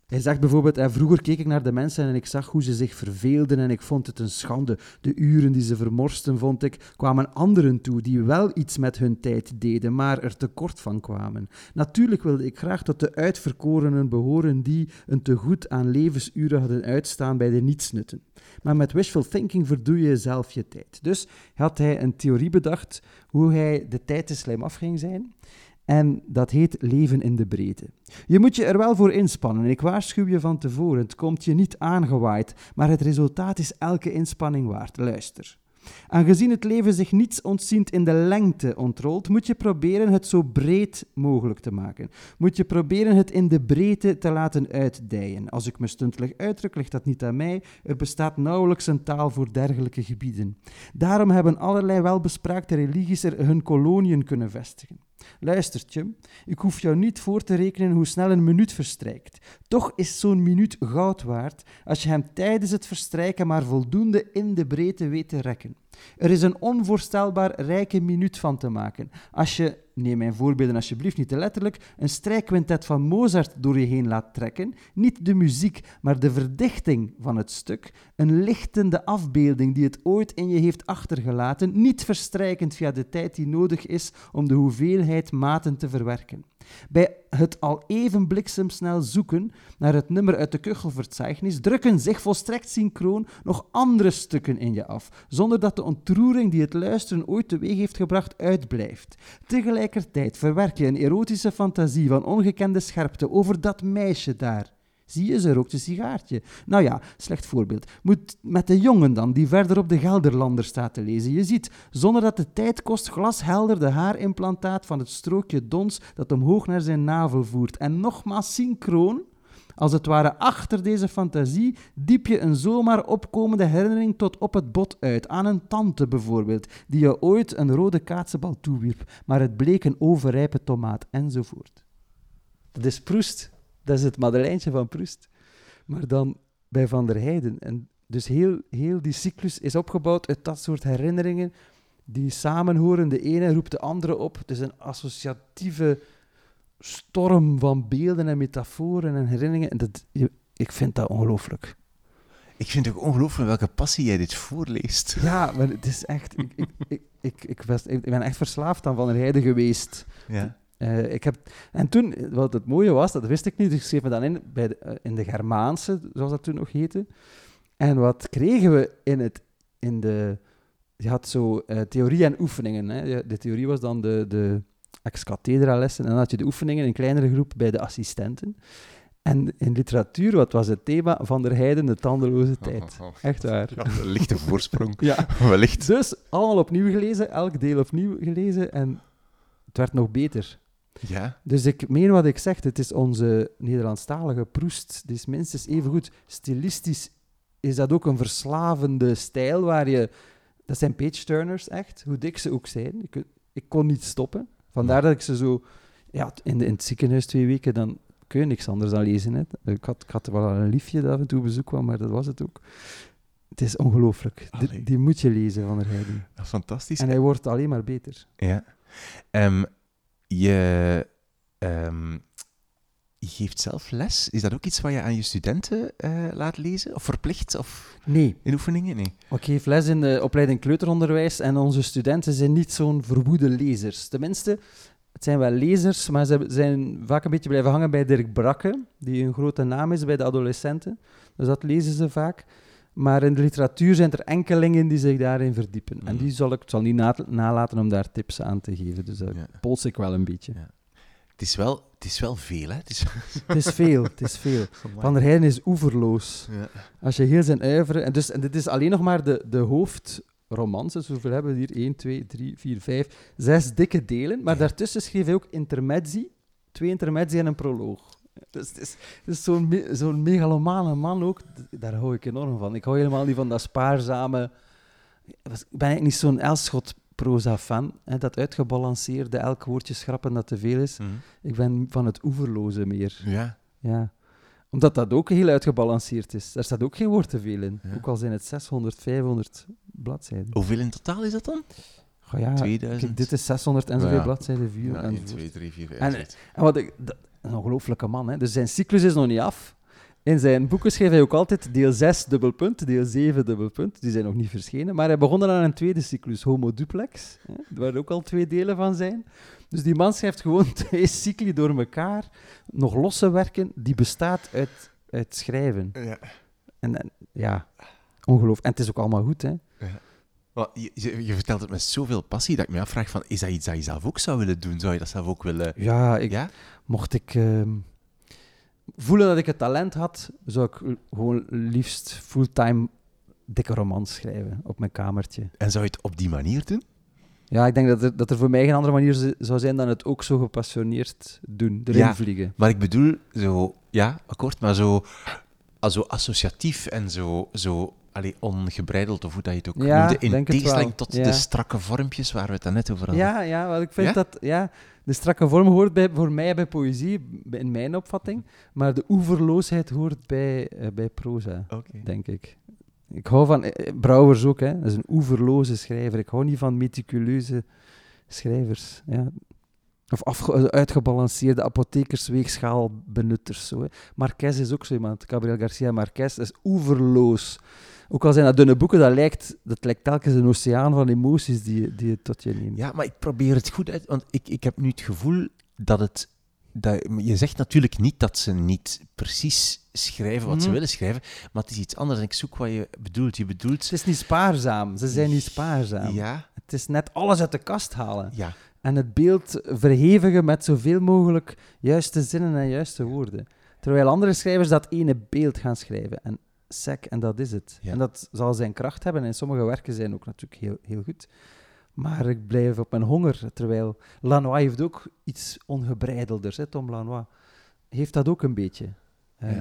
Hij zegt bijvoorbeeld, vroeger keek ik naar de mensen en ik zag hoe ze zich verveelden en ik vond het een schande. De uren die ze vermorsten, vond ik, kwamen anderen toe die wel iets met hun tijd deden, maar er tekort van kwamen. Natuurlijk wilde ik graag tot de uitverkorenen behoren die een tegoed aan levensuren hadden uitstaan bij de nietsnutten. Maar met wishful thinking verdoe je zelf je tijd. Dus had hij een theorie bedacht hoe hij de tijd te slim af ging zijn. En dat heet leven in de breedte. Je moet je er wel voor inspannen. Ik waarschuw je van tevoren. Het komt je niet aangewaaid, maar het resultaat is elke inspanning waard. Luister. Aangezien het leven zich niets ontziend in de lengte ontrolt, moet je proberen het zo breed mogelijk te maken. Moet je proberen het in de breedte te laten uitdijen. Als ik me stuntelig uitdruk, ligt dat niet aan mij. Er bestaat nauwelijks een taal voor dergelijke gebieden. Daarom hebben allerlei welbespraakte religies er hun koloniën kunnen vestigen. Luistertje, ik hoef jou niet voor te rekenen hoe snel een minuut verstrijkt. Toch is zo'n minuut goud waard als je hem tijdens het verstrijken maar voldoende in de breedte weet te rekken. Er is een onvoorstelbaar rijke minuut van te maken. Als je, neem mijn voorbeelden alsjeblieft niet te letterlijk, een strijkquintet van Mozart door je heen laat trekken, niet de muziek, maar de verdichting van het stuk, een lichtende afbeelding die het ooit in je heeft achtergelaten, niet verstrijkend via de tijd die nodig is om de hoeveelheid maten te verwerken. Bij het al even bliksemsnel zoeken naar het nummer uit de Köchelverzeichnis drukken zich volstrekt synchroon nog andere stukken in je af, zonder dat de ontroering die het luisteren ooit teweeg heeft gebracht uitblijft. Tegelijkertijd verwerk je een erotische fantasie van ongekende scherpte over dat meisje daar. Zie je, ze rookt een sigaartje. Nou ja, slecht voorbeeld. Moet met de jongen dan, die verder op de Gelderlander staat te lezen. Je ziet, zonder dat de tijd kost, glashelder de haarimplantaat van het strookje dons dat omhoog naar zijn navel voert. En nogmaals synchroon, als het ware achter deze fantasie, diep je een zomaar opkomende herinnering tot op het bot uit. Aan een tante bijvoorbeeld, die je ooit een rode kaatsenbal toewierp, maar het bleek een overrijpe tomaat, enzovoort. Dat is Proest. Dat is het Madeleintje van Proest. Maar dan bij Van der Heyden. En dus heel die cyclus is opgebouwd uit dat soort herinneringen die samenhoren. De ene roept de andere op. Het is een associatieve storm van beelden en metaforen en herinneringen. En ik vind dat ongelooflijk. Ik vind het ook ongelooflijk welke passie jij dit voorleest. Ja, maar het is echt... Ik ben echt verslaafd aan Van der Heyden geweest. Ja. En toen, wat het mooie was, dat wist ik niet, dus ik schreef me dan in de Germaanse, zoals dat toen nog heette. En wat kregen we je had zo theorie en oefeningen. Hè. De theorie was dan de ex-cathedra lessen, en dan had je de oefeningen in een kleinere groep bij de assistenten. En in literatuur, wat was het thema? Van der Heyden, de tandeloze tijd. Echt waar. Ja, een lichte voorsprong. Ja. Wellicht. Dus allemaal opnieuw gelezen, elk deel opnieuw gelezen, en het werd nog beter. Ja. Dus ik meen wat ik zeg, het is onze Nederlandstalige Proest. Het is minstens even goed. Stilistisch is dat ook een verslavende stijl waar je... Dat zijn page-turners, echt, hoe dik ze ook zijn. Ik kon niet stoppen. Vandaar dat ik ze zo... Ja, in het ziekenhuis 2 weken, dan kun je niks anders dan lezen. Hè. Ik had wel een liefje dat af en toe op bezoek kwam, maar dat was het ook. Het is ongelooflijk. Die moet je lezen, Van der Heyden. Fantastisch. En hij wordt alleen maar beter. Ja. Je geeft zelf les. Is dat ook iets wat je aan je studenten laat lezen? Of verplicht? Of nee. In oefeningen? Nee. Ik geef les in de opleiding kleuteronderwijs en onze studenten zijn niet zo'n verwoede lezers. Tenminste, het zijn wel lezers, maar ze zijn vaak een beetje blijven hangen bij Dirk Brakke, die een grote naam is bij de adolescenten. Dus dat lezen ze vaak. Maar in de literatuur zijn er enkelingen die zich daarin verdiepen. En die zal niet nalaten om daar tips aan te geven. Dus dat pols ik wel een beetje. Ja. Het is wel veel, hè? Het is veel. Van der Heyden is oeverloos. Ja. Als je heel zijn uiveren... En dit is alleen nog maar de hoofdromances. Hoeveel hebben we hier? 1, 2, 3, 4, 5, 6 dikke delen. Maar daartussen schreef hij ook intermezzi, 2 intermezzi en een proloog. Dus het is zo'n megalomane man ook. Daar hou ik enorm van. Ik hou helemaal niet van dat spaarzame... Ik ben eigenlijk niet zo'n Elschot-proza-fan. Dat uitgebalanceerde, elk woordje schrappen dat te veel is. Mm-hmm. Ik ben van het oeverloze meer. Ja. Omdat dat ook heel uitgebalanceerd is. Daar staat ook geen woord te veel in. Ja. Ook al zijn het 600, 500 bladzijden. Hoeveel in totaal is dat dan? Oh ja, 2000. Kijk, dit is 600 en zoveel bladzijden. 4 1, 2, 3, 4, 5, en wat een ongelooflijke man. Hè. Dus zijn cyclus is nog niet af. In zijn boeken schreef hij ook altijd deel 6, dubbelpunt, deel 7, dubbelpunt. Die zijn nog niet verschenen. Maar hij begon dan aan een tweede cyclus, Homo Duplex, waar ook al 2 delen van zijn. Dus die man schrijft gewoon 2 cycli door elkaar, nog losse werken, die bestaat uit schrijven. Ja. En ja, ongelooflijk. En het is ook allemaal goed, hè. Ja. Well, je vertelt het met zoveel passie dat ik me afvraag van, is dat iets dat je zelf ook zou willen doen? Zou je dat zelf ook willen... Ja, mocht ik voelen dat ik het talent had, zou ik gewoon liefst fulltime dikke romans schrijven op mijn kamertje. En zou je het op die manier doen? Ja, ik denk dat er voor mij geen andere manier zou zijn dan het ook zo gepassioneerd doen, erin vliegen. Maar ik bedoel, zo... Ja, akkoord, maar zo associatief en zo ongebreideld, of hoe dat je het ook noemde, in tegenstelling tot de strakke vormpjes waar we het net over hadden. Ja, want ik vind dat... Ja, de strakke vorm hoort voor mij bij poëzie, in mijn opvatting, maar de oeverloosheid hoort bij proza, denk ik. Ik hou van... Brouwers ook, hè. Dat is een oeverloze schrijver. Ik hou niet van meticuleuze schrijvers, ja. Of uitgebalanceerde apothekersweegschaalbenutters. Zo, hè. Marquez is ook zo iemand. Gabriel Garcia Marquez is oeverloos. Ook al zijn dat dunne boeken, dat lijkt telkens een oceaan van emoties die je tot je neemt. Ja, maar ik probeer het goed uit, want ik heb nu het gevoel dat je zegt natuurlijk niet dat ze niet precies schrijven wat ze willen schrijven, maar het is iets anders en ik zoek wat je bedoelt. Het is niet spaarzaam. Ze zijn niet spaarzaam. Ja. Het is net alles uit de kast halen. Ja. En het beeld verhevigen met zoveel mogelijk juiste zinnen en juiste woorden. Terwijl andere schrijvers dat ene beeld gaan schrijven. En en dat is het. Ja. En dat zal zijn kracht hebben. En sommige werken zijn ook natuurlijk heel, heel goed. Maar ik blijf op mijn honger. Terwijl Lanois heeft ook iets ongebreidelders. Hè? Tom Lanois heeft dat ook een beetje. Ja.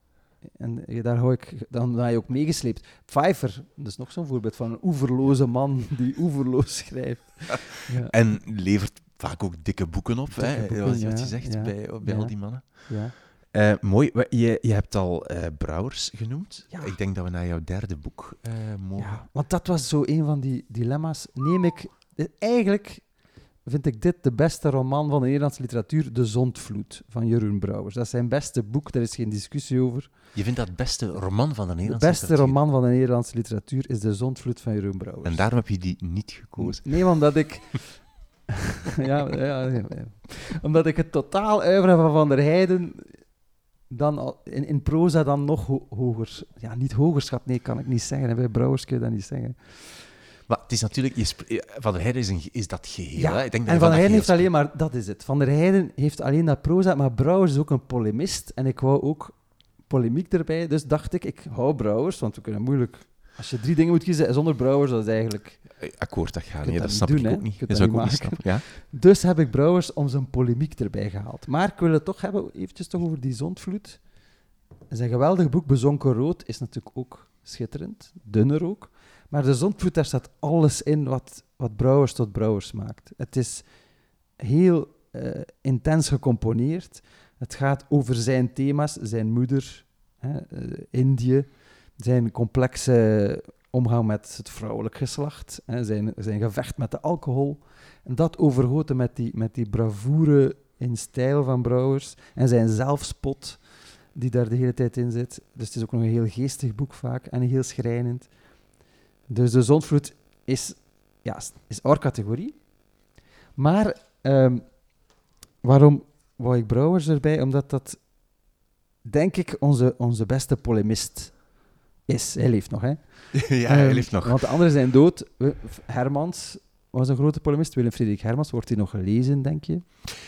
En daar hou ik dan je ook meegesleept. Pfeiffer, dat is nog zo'n voorbeeld van een oeverloze man die oeverloos schrijft. Ja. En levert vaak ook dikke boeken op, wat je zegt, bij al die mannen. Ja. Mooi. Je hebt al Brouwers genoemd. Ja. Ik denk dat we naar jouw derde boek mogen. Ja, want dat was zo een van die dilemma's. Eigenlijk vind ik dit de beste roman van de Nederlandse literatuur, De Zondvloed, van Jeroen Brouwers. Dat is zijn beste boek, daar is geen discussie over. Je vindt dat het beste roman van de Nederlandse literatuur? De beste roman van de Nederlandse literatuur is De Zondvloed van Jeroen Brouwers. En daarom heb je die niet gekozen? Nee, omdat ik... ja. Omdat ik het totaal uiveren van Van der Heijden dan in proza dan nog hoger... Ja, niet hoger schat, nee, kan ik niet zeggen. Bij Brouwers kun je dat niet zeggen. Maar het is natuurlijk... Van der Heijden is dat geheel. Ja, hè? Ik denk en Van der Heijden heeft alleen maar... Dat is het. Van der Heijden heeft alleen dat proza, maar Brouwers is ook een polemist. En ik wou ook polemiek erbij. Dus dacht ik hou Brouwers, want we kunnen moeilijk... Als je 3 dingen moet kiezen zonder Brouwers, dat is eigenlijk... Akkoord, dat gaat niet. Dat snap ik ook niet. Dat zou ik ook niet snappen. Ja? Dus heb ik Brouwers om zijn polemiek erbij gehaald. Maar ik wil het toch hebben, eventjes toch over Die Zondvloed. Het is een geweldig boek. Bezonken Rood is natuurlijk ook schitterend. Dunner ook. Maar De Zondvloed, daar staat alles in wat Brouwers tot Brouwers maakt. Het is heel intens gecomponeerd. Het gaat over zijn thema's, zijn moeder, Indië, zijn complexe omgang met het vrouwelijk geslacht, zijn gevecht met de alcohol. En dat overgoten met die bravoure in stijl van Brouwers en zijn zelfspot die daar de hele tijd in zit. Dus het is ook nog een heel geestig boek vaak en heel schrijnend. Dus De Zondvloed is our categorie. Maar waarom wou ik Brouwers erbij? Omdat dat, denk ik, onze beste polemist is. Hij leeft nog, hè? Ja, hij leeft nog. Want de anderen zijn dood. Hermans was een grote polemist. Willem Frederik Hermans. Wordt hij nog gelezen, denk je?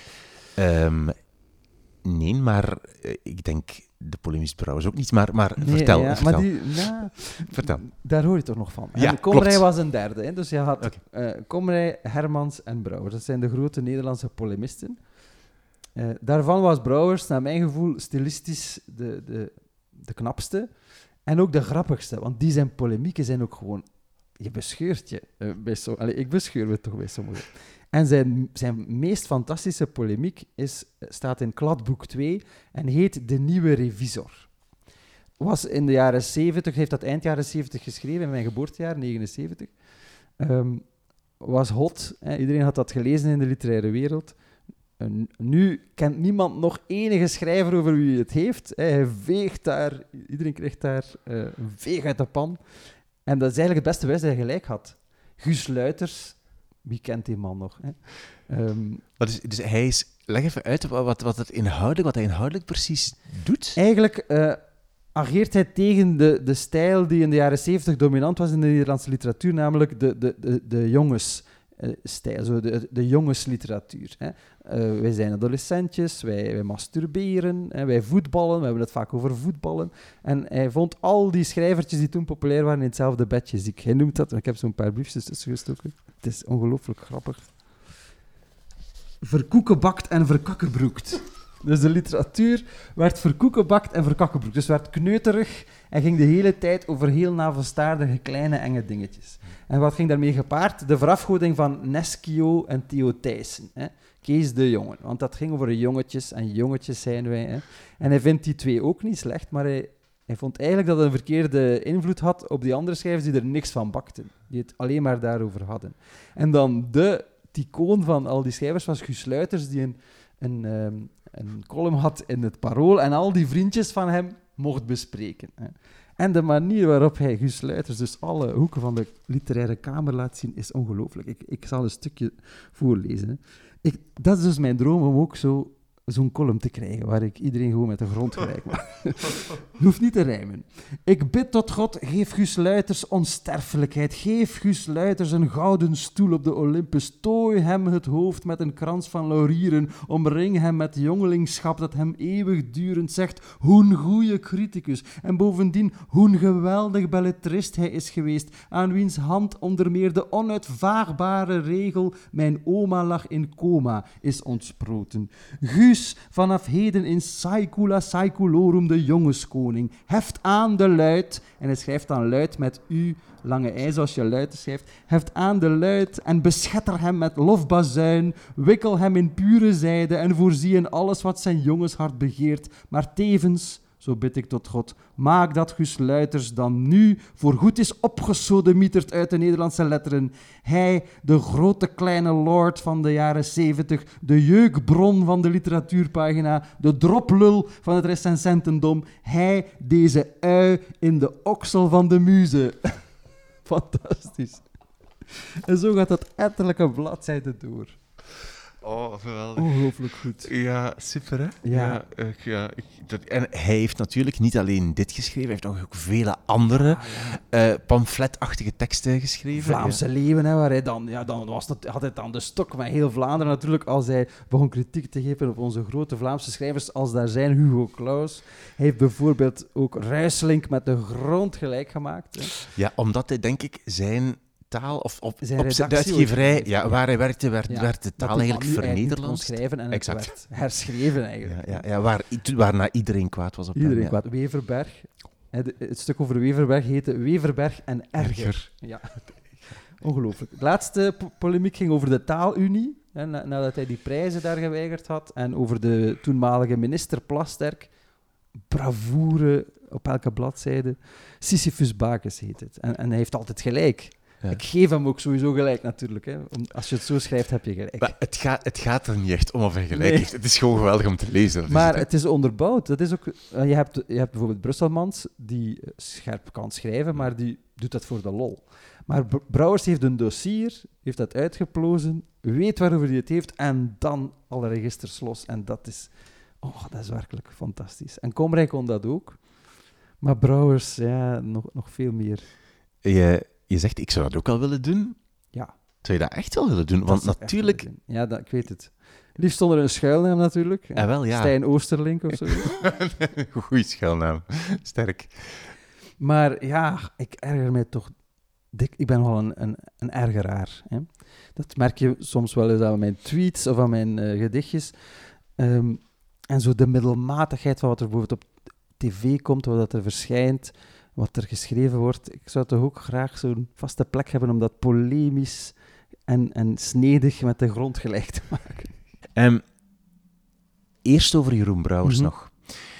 Nee, maar ik denk de polemist Brouwers ook niet. Maar vertel. Ja, vertel. Maar vertel. Daar hoor je toch nog van. Ja, Komrij was een derde. Hè? Dus je had Komrij, Hermans en Brouwers. Dat zijn de grote Nederlandse polemisten. Daarvan was Brouwers, naar mijn gevoel, stilistisch de knapste. En ook de grappigste, want die zijn polemieken zijn ook gewoon... Je bescheurt je. Ik bescheur me toch bij sommigen. En zijn meest fantastische polemiek staat in Kladboek 2 en heet De Nieuwe Revisor. Was in de jaren 70, heeft dat eind jaren 70 geschreven, in mijn geboortejaar, 79. Was hot. Iedereen had dat gelezen in de literaire wereld. nu kent niemand nog enige schrijver over wie het heeft. Hij veegt daar, iedereen krijgt daar een veeg uit de pan. En dat is eigenlijk het beste bewijs dat hij gelijk had. Guus Luiters, wie kent die man nog? Hè? Dus hij is... Leg even uit wat hij inhoudelijk precies doet. Eigenlijk ageert hij tegen de stijl die in de jaren 70 dominant was in de Nederlandse literatuur, namelijk de jongensstijl, zo de jongensliteratuur. Hè. Wij zijn adolescentjes, wij masturberen, hè, wij voetballen, we hebben het vaak over voetballen. En hij vond al die schrijvertjes die toen populair waren in hetzelfde bedje ziek. Hij noemt dat, ik heb zo'n paar briefjes tussen gestoken. Het is ongelooflijk grappig. Verkoekenbakt en verkakkenbroekt. Dus de literatuur werd verkoekenbakt en verkakkenbroekt. Dus werd kneuterig en ging de hele tijd over heel navelstaardige, kleine, enge dingetjes. En wat ging daarmee gepaard? De verafgoding van Neschio en Theo Thijssen. Hè? Kees de Jongen. Want dat ging over jongetjes en jongetjes zijn wij. Hè? En hij vindt die twee ook niet slecht, maar hij vond eigenlijk dat het een verkeerde invloed had op die andere schrijvers die er niks van bakten. Die het alleen maar daarover hadden. En dan de icoon van al die schrijvers was Guus Luiters, die een column had in het Parool en al die vriendjes van hem mocht bespreken. Hè. En de manier waarop hij Guus Luiters dus alle hoeken van de literaire kamer laat zien, is ongelooflijk. Ik zal een stukje voorlezen. Hè. Dat is dus mijn droom om ook zo'n column te krijgen, waar ik iedereen gewoon met de grond gelijk maak. Hoeft niet te rijmen. Ik bid tot God, geef Guus Luiters onsterfelijkheid. Geef Guus Luiters een gouden stoel op de Olympus. Tooi hem het hoofd met een krans van laurieren. Omring hem met jongelingschap dat hem eeuwigdurend zegt hoe goeie criticus. En bovendien hoe geweldig belletrist hij is geweest, aan wiens hand onder meer de onuitvaarbare regel mijn oma lag in coma is ontsproten. Guus, vanaf heden in saecula saeculorum de jongenskoning. Heft aan de luid, en hij schrijft dan luid met u, lange ei zoals je luid schrijft, heft aan de luid en beschetter hem met lofbazuin, wikkel hem in pure zijde en voorzie in alles wat zijn jongenshart begeert, maar tevens, zo bid ik tot God, maak dat Guus Luiters dan nu voorgoed is opgesodemieterd uit de Nederlandse letteren. Hij, de grote kleine lord van de jaren 70, de jeukbron van de literatuurpagina, de droplul van het recensentendom, hij, deze ui in de oksel van de muze. Fantastisch. En zo gaat dat etterlijke bladzijde door. Oh, geweldig. Ongelooflijk goed. Ja, super, hè? Ja. En hij heeft natuurlijk niet alleen dit geschreven, hij heeft ook vele andere pamfletachtige teksten geschreven. Vlaamse Leeuwen, hè, waar hij dan had hij dan de stok met heel Vlaanderen natuurlijk, als hij begon kritiek te geven op onze grote Vlaamse schrijvers, als daar zijn Hugo Claus. Hij heeft bijvoorbeeld ook Ruislink met de grond gelijk gemaakt. Hè. Ja, omdat hij, denk ik, zijn taal, of op zijn de uitgeverij, waar hij werkte, werd de taal dat eigenlijk vernederlandst. schrijven en het werd herschreven eigenlijk. Waarna iedereen kwaad was op hem. Iedereen kwaad. Weverberg. Het stuk over Weverberg heette Weverberg en Erger. Ja. Ongelooflijk. De laatste polemiek ging over de taalunie, hè, nadat hij die prijzen daar geweigerd had, en over de toenmalige minister Plasterk. Bravoure op elke bladzijde. Sisyphus Bakes heet het. En hij heeft altijd gelijk. Ja. Ik geef hem ook sowieso gelijk, natuurlijk. Hè. Als je het zo schrijft, heb je gelijk. Maar het gaat er niet echt om of hij gelijk heeft. Het is gewoon geweldig om te lezen. Maar het is onderbouwd. Dat is ook, je hebt bijvoorbeeld Brusselmans, die scherp kan schrijven, maar die doet dat voor de lol. Maar Brouwers heeft een dossier, heeft dat uitgeplozen, weet waarover hij het heeft, en dan alle registers los. En dat is werkelijk fantastisch. En Komrij kon dat ook. Maar Brouwers, ja, nog veel meer. Je zegt, ik zou dat ook al willen doen. Ja. Zou je dat echt wel willen doen? Want natuurlijk... Ja, ik weet het. Liefst onder een schuilnaam natuurlijk. Ja, wel, ja. Stijn Oosterlink of zo. Goeie schuilnaam. Sterk. Maar ja, ik erger mij toch... Ik ben wel een ergeraar. Hè. Dat merk je soms wel eens aan mijn tweets of aan mijn gedichtjes. En zo de middelmatigheid van wat er bijvoorbeeld op tv komt, wat er verschijnt, wat er geschreven wordt. Ik zou toch ook graag zo'n vaste plek hebben om dat polemisch en snedig met de grond gelijk te maken. Eerst over Jeroen Brouwers nog.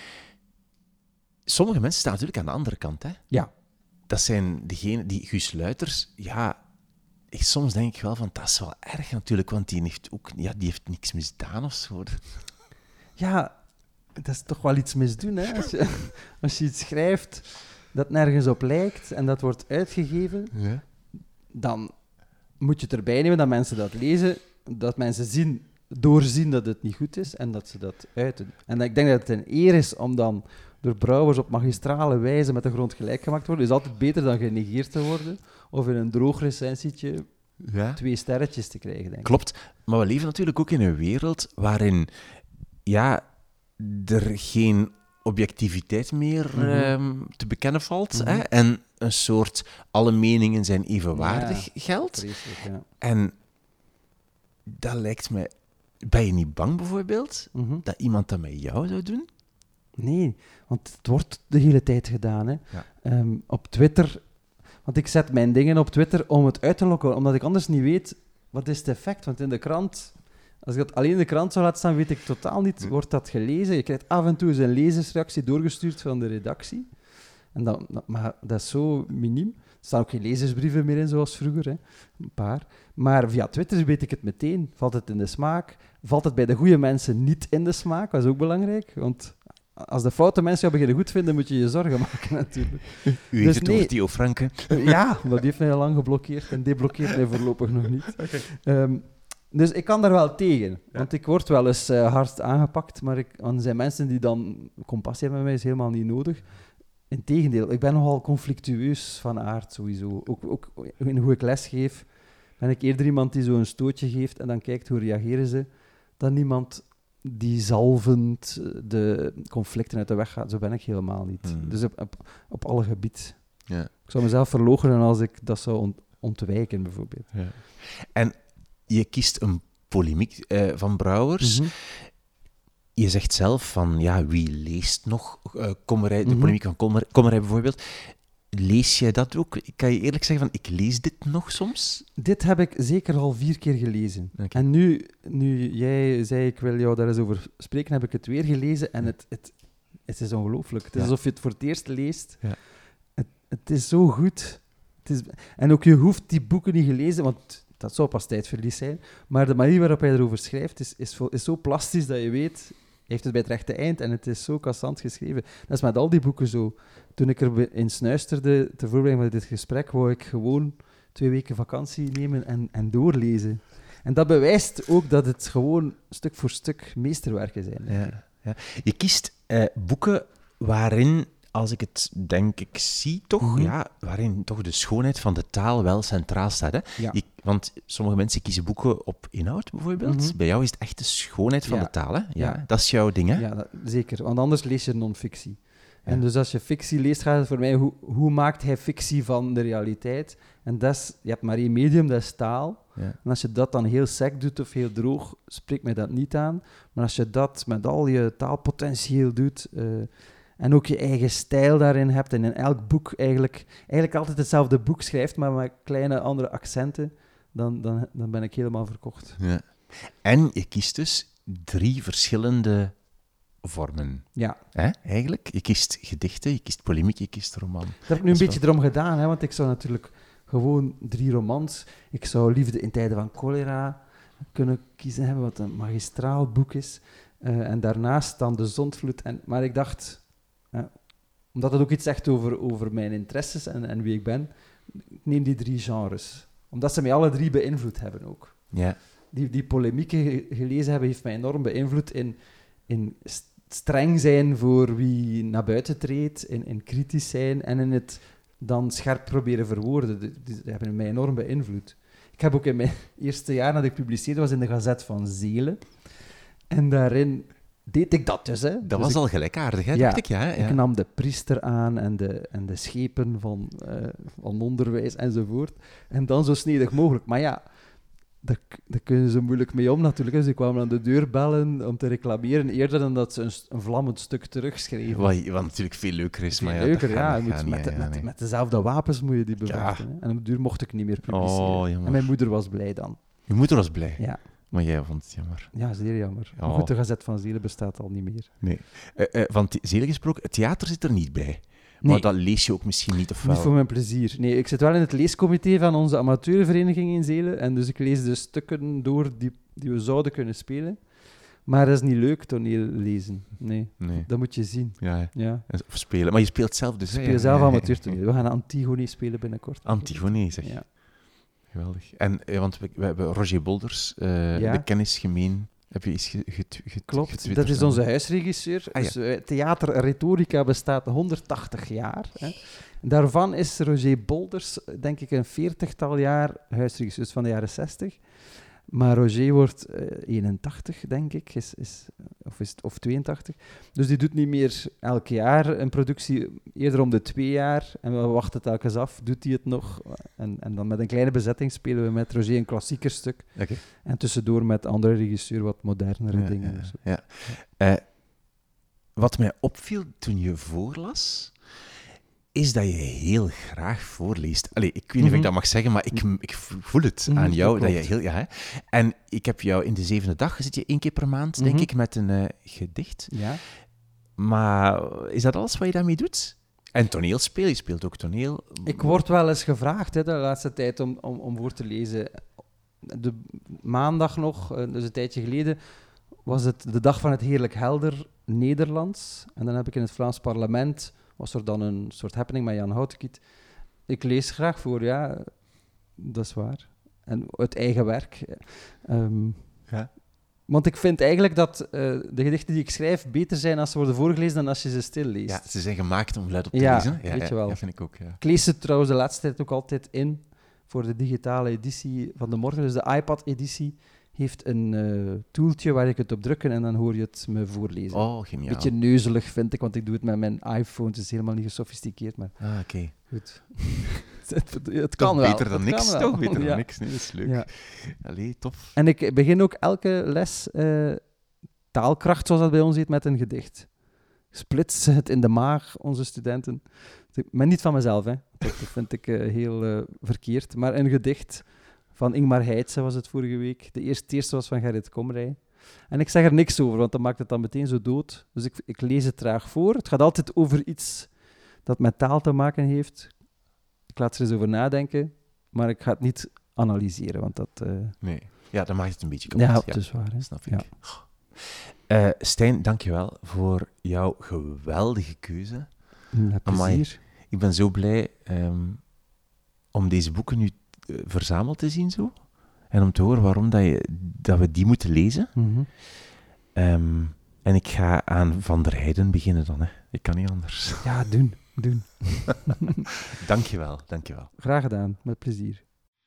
Sommige mensen staan natuurlijk aan de andere kant. Hè? Ja. Dat zijn degenen die Guus Luiters, ja, soms denk ik wel van, dat is wel erg natuurlijk, want die heeft niks misdaan of zo. Ja, dat is toch wel iets misdoen, hè? Als je iets schrijft dat nergens op lijkt en dat wordt uitgegeven, dan moet je het erbij nemen dat mensen dat lezen, dat mensen doorzien dat het niet goed is en dat ze dat uiten. En ik denk dat het een eer is om dan door Brouwers op magistrale wijze met de grond gelijk gemaakt te worden. Is altijd beter dan genegeerd te worden of in een droog recensietje 2 sterretjes te krijgen, denk ik. Klopt, maar we leven natuurlijk ook in een wereld waarin er geen objectiviteit meer te bekennen valt. Hè? En een soort alle meningen zijn evenwaardig geldt. Vreselijk, ja. En dat lijkt mij... Ben je niet bang bijvoorbeeld dat iemand dat met jou zou doen? Nee, want het wordt de hele tijd gedaan. Hè. Ja. Op Twitter... Want ik zet mijn dingen op Twitter om het uit te lokken, omdat ik anders niet weet wat is het effect. Want in de krant... Als ik dat alleen in de krant zou laten staan, weet ik totaal niet, wordt dat gelezen? Je krijgt af en toe eens een lezersreactie doorgestuurd van de redactie. Maar dat is zo miniem. Er staan ook geen lezersbrieven meer in, zoals vroeger. Hè. Een paar. Maar via Twitter weet ik het meteen. Valt het in de smaak? Valt het bij de goede mensen niet in de smaak? Dat is ook belangrijk. Want als de foute mensen jou beginnen goed vinden, moet je je zorgen maken, natuurlijk. U heeft het over Theo Franke. Ja, maar die heeft mij al lang geblokkeerd en deblokkeert mij voorlopig nog niet. Dus ik kan daar wel tegen, want ik word wel eens hard aangepakt, maar er zijn mensen die dan compassie hebben met mij, is helemaal niet nodig. Integendeel, ik ben nogal conflictueus van aard sowieso. Ook in hoe ik lesgeef ben ik eerder iemand die zo een stootje geeft en dan kijkt hoe reageren ze, dan iemand die zalvend de conflicten uit de weg gaat. Zo ben ik helemaal niet. Dus op alle gebieden. Ja. Ik zou mezelf verloochenen als ik dat zou ontwijken, bijvoorbeeld. Ja. En je kiest een polemiek van Brouwers. Je zegt zelf van, wie leest nog Kommerij, de polemiek van Kommerij bijvoorbeeld. Lees jij dat ook? Kan je eerlijk zeggen van, ik lees dit nog soms? Dit heb ik zeker al 4 keer gelezen. Okay. En nu jij zei, ik wil jou daar eens over spreken, heb ik het weer gelezen en het is ongelooflijk. Het is alsof je het voor het eerst leest. Ja. Het is zo goed. En ook, je hoeft die boeken niet gelezen, want dat zou pas tijdverlies zijn. Maar de manier waarop hij erover schrijft is zo plastisch dat je weet, hij heeft het bij het rechte eind en het is zo cassant geschreven. Dat is met al die boeken zo. Toen ik erin snuisterde, ter voorbereiding van dit gesprek, wou ik gewoon 2 weken vakantie nemen en doorlezen. En dat bewijst ook dat het gewoon stuk voor stuk meesterwerken zijn. Ja. Je kiest boeken waarin, als ik het denk ik zie toch, waarin toch de schoonheid van de taal wel centraal staat. Hè? Ja. Want sommige mensen kiezen boeken op inhoud bijvoorbeeld. Bij jou is het echt de schoonheid van de taal. Hè? Ja. Dat is jouw ding, hè? Ja, zeker. Want anders lees je non-fictie. Ja. En dus als je fictie leest, gaat het voor mij, hoe maakt hij fictie van de realiteit? En je hebt maar 1 medium, dat is taal. Ja. En als je dat dan heel sec doet of heel droog, spreekt mij dat niet aan. Maar als je dat met al je taalpotentieel doet... en ook je eigen stijl daarin hebt en in elk boek eigenlijk altijd hetzelfde boek schrijft, maar met kleine andere accenten, dan ben ik helemaal verkocht. Ja. En je kiest dus 3 verschillende vormen. Ja. Eigenlijk. Je kiest gedichten, je kiest polemiek, je kiest roman. Dat heb ik nu een beetje erom gedaan, want ik zou natuurlijk gewoon 3 romans. Ik zou Liefde in tijden van cholera kunnen kiezen hebben, wat een magistraal boek is. En daarnaast dan De Zondvloed. Maar ik dacht... omdat het ook iets zegt over mijn interesses en wie ik ben, ik neem die 3 genres. Omdat ze mij alle 3 beïnvloed hebben ook. Ja. Die polemieken gelezen hebben, heeft mij enorm beïnvloed in streng zijn voor wie naar buiten treedt, in kritisch zijn en in het dan scherp proberen verwoorden. Die hebben mij enorm beïnvloed. Ik heb ook in mijn eerste jaar dat ik publiceerde, was in de Gazet van Zelen. En daarin... deed ik dat dus. Hè. Dat was al gelijkaardig, hè, dacht ik. Ja. Ik nam de priester aan en de schepen van onderwijs enzovoort. En dan zo snedig mogelijk. Maar ja, daar kunnen ze moeilijk mee om natuurlijk. Hè. Ze kwamen aan de deur bellen om te reclameren, eerder dan dat ze een vlammend stuk terugschreven. Wat natuurlijk veel leuker is. Veel leuker, met dezelfde wapens moet je die bevechten. Ja. En op de duur mocht ik niet meer publiceren. En mijn moeder was blij dan. Je moeder was blij? Ja. Maar jij vond het jammer. Ja, zeer jammer. Maar goed, de Gazet van Zelen bestaat al niet meer. Nee. Van Zelen gesproken, het theater zit er niet bij. Nee. Maar dat lees je ook misschien niet, of wel? Niet voor mijn plezier. Nee, ik zit wel in het leescomité van onze amateurvereniging in Zelen. En dus ik lees de stukken door die we zouden kunnen spelen. Maar dat is niet leuk, toneel lezen. Nee, dat moet je zien. Ja. Ja. Of spelen. Maar je speelt zelf dus. Ik speel zelf amateurtoneel. We gaan Antigone spelen binnenkort. Antigone, zeg. Ja. Geweldig. En, want we hebben Roger Bolders, de kennisgemeen. Heb je iets Klopt, dat is onze huisregisseur. Ah, ja. Dus, Theater Retorica bestaat 180 jaar. Hè. Daarvan is Roger Bolders, denk ik, een 40-tal jaar huisregisseur, dus van de jaren 60. Maar Roger wordt 81, denk ik, of 82. Dus die doet niet meer elk jaar een productie, eerder om de 2 jaar. En we wachten telkens af, doet hij het nog. En dan met een kleine bezetting spelen we met Roger een klassieker stuk. Okay. En tussendoor met andere regisseur wat modernere dingen. Ja. Wat mij opviel toen je voorlas, is dat je heel graag voorleest. Allee, ik weet niet of ik dat mag zeggen, maar ik voel het aan jou. Dat je heel, ja, hè? En ik heb jou in de 7e dag, zit je 1 keer per maand, denk ik, met een gedicht. Ja. Maar is dat alles wat je daarmee doet? En toneelspel, je speelt ook toneel. Ik word wel eens gevraagd de laatste tijd om voor te lezen. De maandag nog, dus een tijdje geleden, was het de dag van het heerlijk helder Nederlands. En dan heb ik in het Vlaams parlement, was er dan een soort happening met Jan Houtekiet. Ik lees graag voor, ja, dat is waar. En het eigen werk. Ja. Want ik vind eigenlijk dat de gedichten die ik schrijf beter zijn als ze worden voorgelezen dan als je ze stil leest. Ja, ze zijn gemaakt om luid op te lezen. Ja, weet je wel. Ja, vind ik ook, ja. Ik lees ze trouwens de laatste tijd ook altijd in voor de digitale editie van de morgen. Dus de iPad-editie heeft een toeltje waar ik het op drukken en dan hoor je het me voorlezen. Oh, geniaal. Beetje neuzelig vind ik, want ik doe het met mijn iPhone. Het is helemaal niet gesofisticeerd, maar oké. Goed. het kan wel. Beter dan niks, toch? Beter dan niks. Nee, dat is leuk. Ja. Allee, tof. En ik begin ook elke les taalkracht, zoals dat bij ons heet, met een gedicht. Splits het in de maag, onze studenten. Maar niet van mezelf, hè. Dat vind ik heel verkeerd. Maar een gedicht van Ingmar Heitse was het vorige week. De eerste was van Gerrit Komrij. En ik zeg er niks over, want dan maakt het dan meteen zo dood. Dus ik lees het traag voor. Het gaat altijd over iets dat met taal te maken heeft. Ik laat er eens over nadenken, maar ik ga het niet analyseren, want dat... Nee, ja, dan maakt het een beetje kapot. Ja, dat is waar. Hè? Snap ik. Ja. Stijn, dankjewel voor jouw geweldige keuze. Met plezier. Ik ben zo blij om deze boeken nu verzameld te zien zo. En om te horen waarom dat we die moeten lezen. Mm-hmm. En ik ga aan Van der Heijden beginnen dan. Hè. Ik kan niet anders. Ja, doen. Dankjewel. Graag gedaan, met plezier.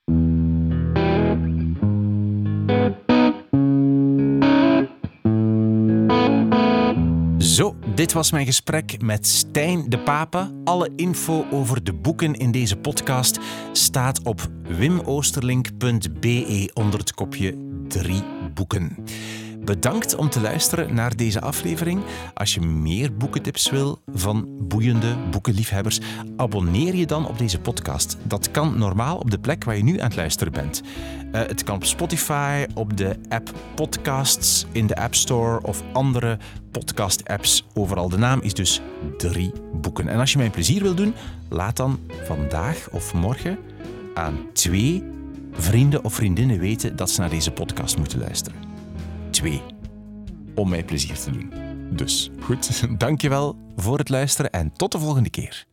Zo, dit was mijn gesprek met Stijn de Pape. Alle info over de boeken in deze podcast staat op wimoosterlink.be onder het kopje 3 boeken. Bedankt om te luisteren naar deze aflevering. Als je meer boekentips wil van boeiende boekenliefhebbers, abonneer je dan op deze podcast. Dat kan normaal op de plek waar je nu aan het luisteren bent. Het kan op Spotify, op de app Podcasts, in de App Store of andere podcast-apps. Overal. De naam is dus 3 boeken. En als je mij een plezier wil doen, laat dan vandaag of morgen aan 2 vrienden of vriendinnen weten dat ze naar deze podcast moeten luisteren. 2. Om mij plezier te doen. Dus, goed. Dankjewel voor het luisteren en tot de volgende keer.